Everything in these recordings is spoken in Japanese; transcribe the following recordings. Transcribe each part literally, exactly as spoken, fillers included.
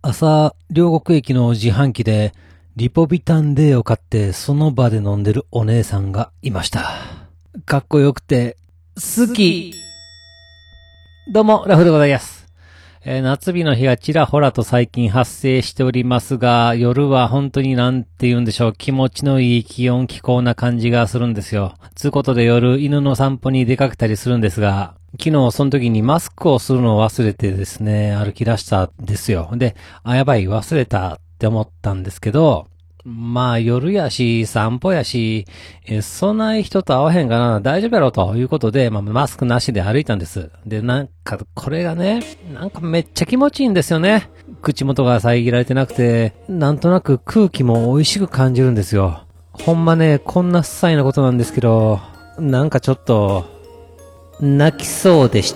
朝、両国駅の自販機でリポビタン D を買ってその場で飲んでるお姉さんがいました。かっこよくて好き。どうも、ラフでございます。えー、夏日の日がちらほらと最近発生しておりますが、夜は本当になんて言うんでしょう、気持ちのいい気温気候な感じがするんですよ。つうことで夜犬の散歩に出かけたりするんですが、昨日その時にマスクをするのを忘れてですね、歩き出したんですよ。で、あ、やばい、忘れたって思ったんですけど、まあ夜やし、散歩やし、えそんな人と会わへんかな、大丈夫やろということで、まあマスクなしで歩いたんです。で、なんかこれがね、なんかめっちゃ気持ちいいんですよね。口元が遮られてなくて、なんとなく空気も美味しく感じるんですよ。ほんまね、こんな些細なことなんですけど、なんかちょっと、泣きそうでした。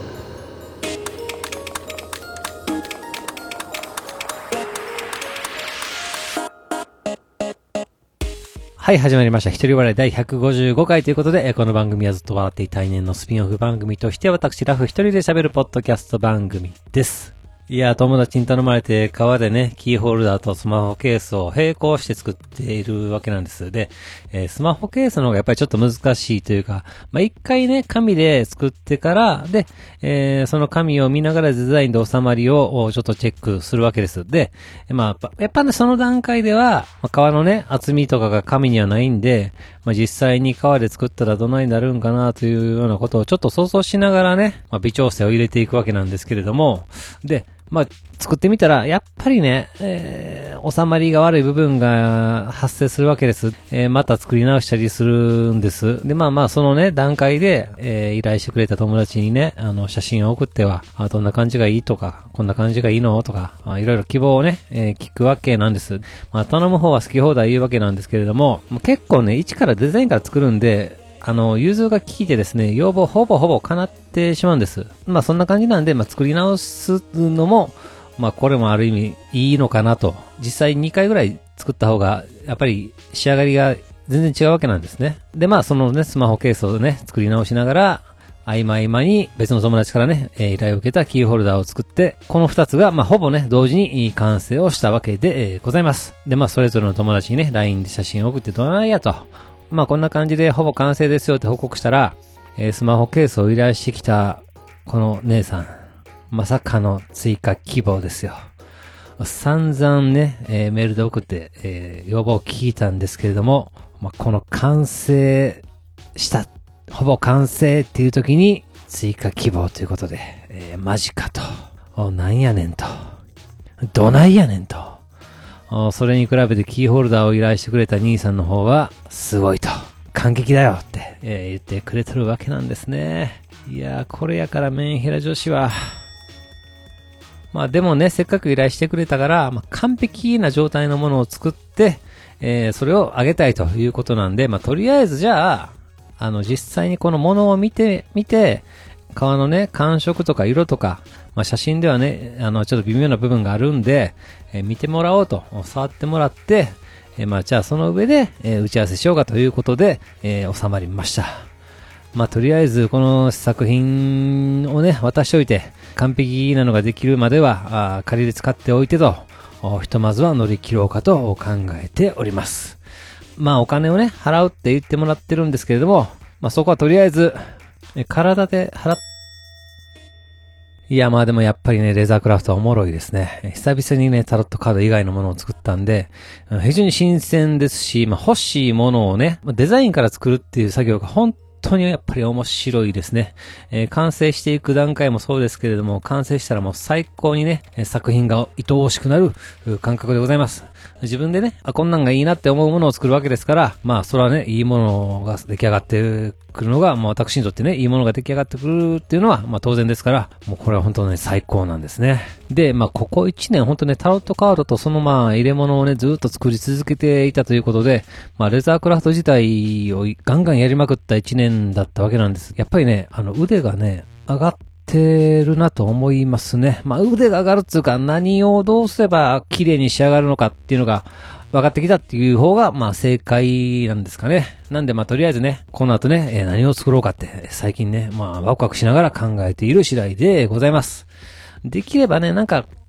はい、始まりました。一人笑いだいひゃくごじゅうごかいということで、この番組はずっと笑っていたい年のスピンオフ番組として、私、ラフ一人で喋るポッドキャスト番組です。いや、友達に頼まれて、川でね、キーホルダーとスマホケースを並行して作っているわけなんです。で、えー、スマホケースの方がやっぱりちょっと難しいというか、まあ、一回ね、紙で作ってから、で、えー、その紙を見ながらデザインで収まりをちょっとチェックするわけです。で、まあ、やっぱね、その段階では、まあ、革のね、厚みとかが紙にはないんで、まあ、実際に革で作ったらどないなるんかなというようなことをちょっと想像しながらね、まあ、微調整を入れていくわけなんですけれども、で、まあ、作ってみたら、やっぱりね、えー、収まりが悪い部分が発生するわけです。えー、また作り直したりするんです。で、まあまあ、そのね、段階で、えー、依頼してくれた友達にね、あの、写真を送っては、あ、どんな感じがいいとか、こんな感じがいいのとか、あ、いろいろ希望をね、えー、聞くわけなんです。まあ、頼む方は好き放題言うわけなんですけれども、結構ね、一からデザインから作るんで、あの、融通が効いてですね、要望ほぼほぼ叶ってしまうんです。まあそんな感じなんで、まあ作り直すのも、まあこれもある意味いいのかなと。実際にかいぐらい作った方が、やっぱり仕上がりが全然違うわけなんですね。で、まあそのね、スマホケースをね、作り直しながら、合間合間に別の友達からね、えー、依頼を受けたキーホルダーを作って、この二つが、まあほぼね、同時に完成をしたわけで、えー、ございます。で、まあそれぞれの友達にね、ライン で写真を送ってどないやと。まあこんな感じでほぼ完成ですよって報告したら、えー、スマホケースを依頼してきたこの姉さん、まさかの追加希望ですよ。散々ね、えー、メールで送って、えー、要望を聞いたんですけれども、まあ、この完成した、ほぼ完成っていう時に追加希望ということで、えー、マジかと。お、なんやねんと。どないやねんと。それに比べてキーホルダーを依頼してくれた兄さんの方はすごいと、感激だよって、えー、言ってくれてるわけなんですね。いやー、これやからメンヘラ女子は、まあでもね、せっかく依頼してくれたから、まあ、完璧な状態のものを作って、えー、それをあげたいということなんで、まあとりあえずじゃあ、あの実際にこのものを見てみて、革のね、感触とか色とか、まあ、写真ではね、あの、ちょっと微妙な部分があるんで、えー、見てもらおうと、触ってもらって、えー、まあ、じゃあその上で、えー、打ち合わせしようかということで、えー、収まりました。まあ、とりあえず、この作品をね、渡しておいて、完璧なのができるまでは、あ、仮で使っておいてと、ひとまずは乗り切ろうかと考えております。まあ、お金をね、払うって言ってもらってるんですけれども、まあ、そこはとりあえず、体で払っ、いやまあでもやっぱりね、レザークラフトはおもろいですね。久々にね、タロットカード以外のものを作ったんで、非常に新鮮ですし、まあ欲しいものをね、デザインから作るっていう作業が本当にやっぱり面白いですね。えー、完成していく段階もそうですけれども、完成したらもう最高にね、作品が愛おしくなる感覚でございます。自分でね、あ、こんなんがいいなって思うものを作るわけですから、まあそれはね、いいものが出来上がってくるのが、まあ私にとってね、いいものが出来上がってくるっていうのは、まあ当然ですから、もうこれは本当に、ね、最高なんですね。で、まあここいちねん本当ね、タロットカードとそのまあ入れ物をね、ずっと作り続けていたということで、まあレザークラフト自体をガンガンやりまくったいちねんだったわけなんです。やっぱりね、あの腕がね、上がってるなと思いますね。まあ腕が上がるっていうか、何をどうすれば綺麗に仕上がるのかっていうのが分かってきたっていう方がまあ正解なんですかね。なんでまあとりあえずね、この後ね、えー、何を作ろうかって最近ね、まあワクワクしながら考えている次第でございます。できればね、なんか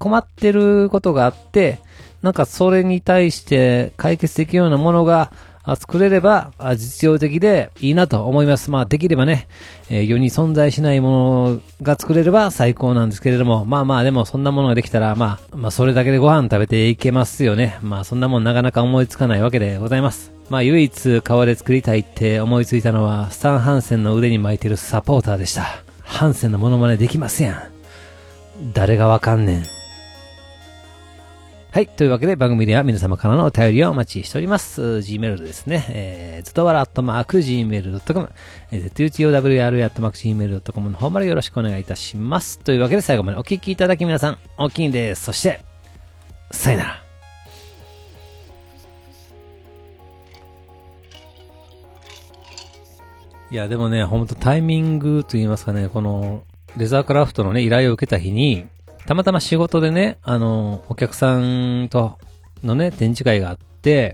困ってることがあって、なんかそれに対して解決できるようなものが作れれば実用的でいいなと思います。まあできればね、えー、世に存在しないものが作れれば最高なんですけれども、まあまあでもそんなものができたら、まあ、まあそれだけでご飯食べていけますよね。まあそんなもんなかなか思いつかないわけでございます。まあ唯一革で作りたいって思いついたのはスタン・ハンセンの腕に巻いてるサポーターでした。ハンセンのモノマネできますやん。誰がわかんねん。はい。というわけで番組では皆様からのお便りをお待ちしております。Gmail ですね。えー、ずとわらアットマーク ジーメールドットコム、えー、ゼットユーティーオーダブリューアール アットマーク ジーメールドットコム の方までよろしくお願いいたします。というわけで最後までお聞きいただき皆さん、おきにです。そして、さよなら。いや、でもね、ほんとタイミングと言いますかね、この、レザークラフトのね、依頼を受けた日に、たまたま仕事でね、あの、お客さんとのね、展示会があって、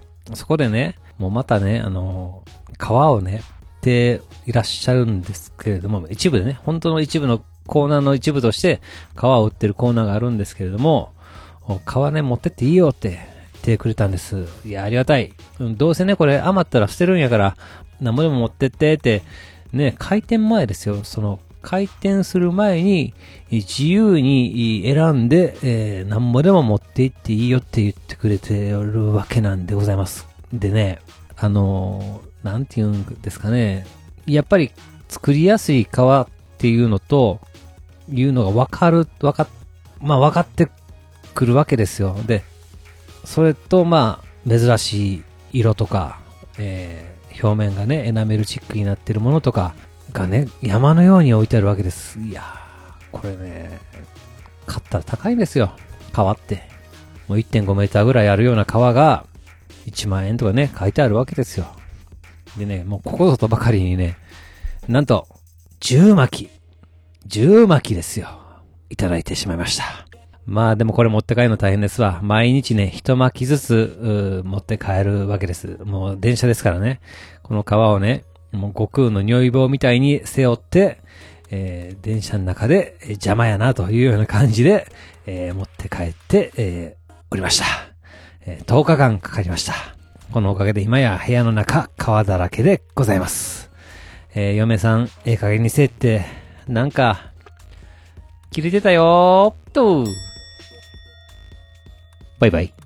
そこでね、もうまたね、あの、革をね、っていらっしゃるんですけれども、一部でね、本当の一部のコーナーの一部として、革を売ってるコーナーがあるんですけれども、革ね、持ってっていいよって言ってくれたんです。いや、ありがたい。どうせね、これ余ったら捨てるんやから、何もでも持ってってって、ね、開店前ですよ、その、開店する前に自由に選んで、えー、何もでも持って行っていいよって言ってくれてるわけなんでございます。でね、あのー、なんて言うんですかね。やっぱり作りやすい革っていうのと、いうのがわかる、わかっ、まあわかってくるわけですよ。で、それとまあ珍しい色とか、えー、表面がね、エナメルチックになってるものとか、がね、山のように置いてあるわけです。いやー、これね、買ったら高いんですよ。革って。もう いってんごメーターぐらいあるような革が、いちまんえんとかね、書いてあるわけですよ。でね、もうここぞとばかりにね、なんと、じゅうまき。じゅうまきですよ。いただいてしまいました。まあでもこれ持って帰るの大変ですわ。毎日ね、一巻きずつ、持って帰るわけです。もう電車ですからね。この革をね、もう悟空の如意棒みたいに背負って、えー、電車の中で、えー、邪魔やなというような感じで、えー、持って帰って、えー、おりました、えー。とおかかんかかりました。このおかげで今や部屋の中、皮だらけでございます。えー、嫁さん、ええ加減にせって、なんか、切れてたよーっと。バイバイ。